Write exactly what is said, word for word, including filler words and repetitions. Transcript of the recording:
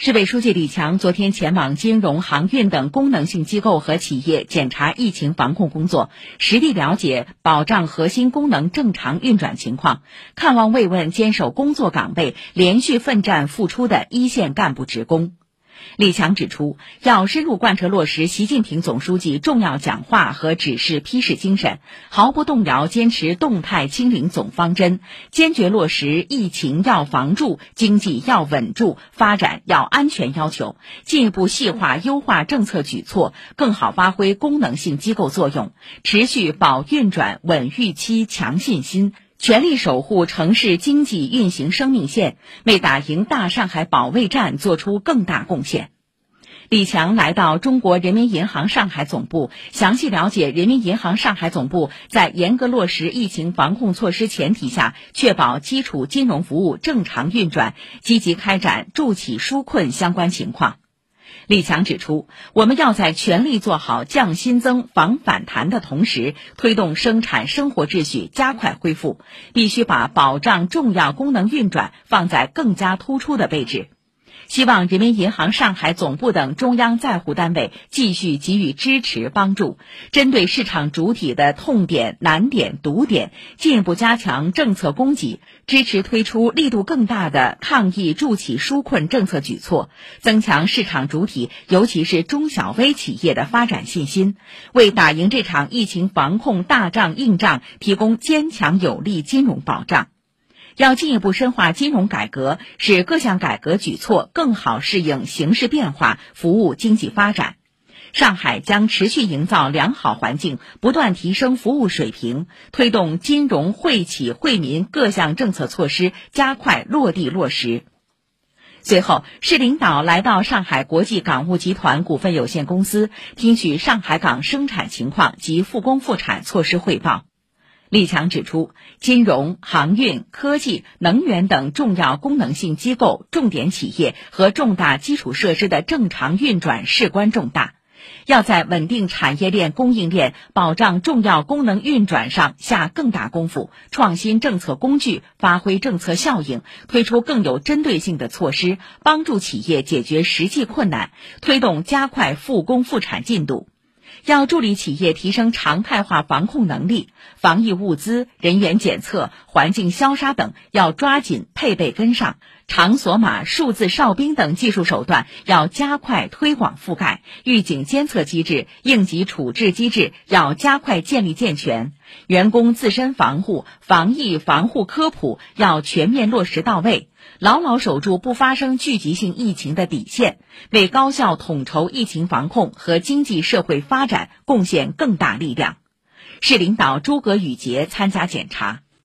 市委书记李强昨天前往金融、航运等功能性机构和企业检查疫情防控工作，实地了解保障核心功能正常运转情况，看望慰问坚守工作岗位、连续奋战付出的一线干部职工。李强指出，要深入贯彻落实习近平总书记重要讲话和指示批示精神，毫不动摇坚持动态清零总方针，坚决落实疫情要防住、经济要稳住、发展要安全要求，进一步细化优化政策举措，更好发挥功能性机构作用，持续保运转、稳预期、强信心，全力守护城市经济运行生命线，为打赢大上海保卫战做出更大贡献。李强来到中国人民银行上海总部，详细了解人民银行上海总部在严格落实疫情防控措施前提下，确保基础金融服务正常运转，积极开展助企纾困相关情况。李强指出，我们要在全力做好降新增、防反弹的同时，推动生产生活秩序加快恢复，必须把保障重要功能运转放在更加突出的位置。希望人民银行上海总部等中央在沪单位继续给予支持帮助，针对市场主体的痛点、难点、堵点，进一步加强政策供给，支持推出力度更大的抗疫助企纾困政策举措，增强市场主体尤其是中小微企业的发展信心，为打赢这场疫情防控大仗硬仗提供坚强有力金融保障。要进一步深化金融改革，使各项改革举措更好适应形势变化，服务经济发展。上海将持续营造良好环境，不断提升服务水平，推动金融惠企惠民各项政策措施加快落地落实。随后，市领导来到上海国际港务集团股份有限公司，听取上海港生产情况及复工复产措施汇报。李强指出，金融、航运、科技、能源等重要功能性机构、重点企业和重大基础设施的正常运转事关重大，要在稳定产业链、供应链、保障重要功能运转上下更大功夫，创新政策工具，发挥政策效应，推出更有针对性的措施，帮助企业解决实际困难，推动加快复工复产进度。要助力企业提升常态化防控能力，防疫物资、人员检测、环境消杀等要抓紧配备跟上，场所码、数字哨兵等技术手段要加快推广覆盖，预警监测机制、应急处置机制要加快建立健全，员工自身防护、防疫防护科普要全面落实到位，牢牢守住不发生聚集性疫情的底线，为高效统筹疫情防控和经济社会发展贡献更大力量。市领导诸葛宇杰参加检查。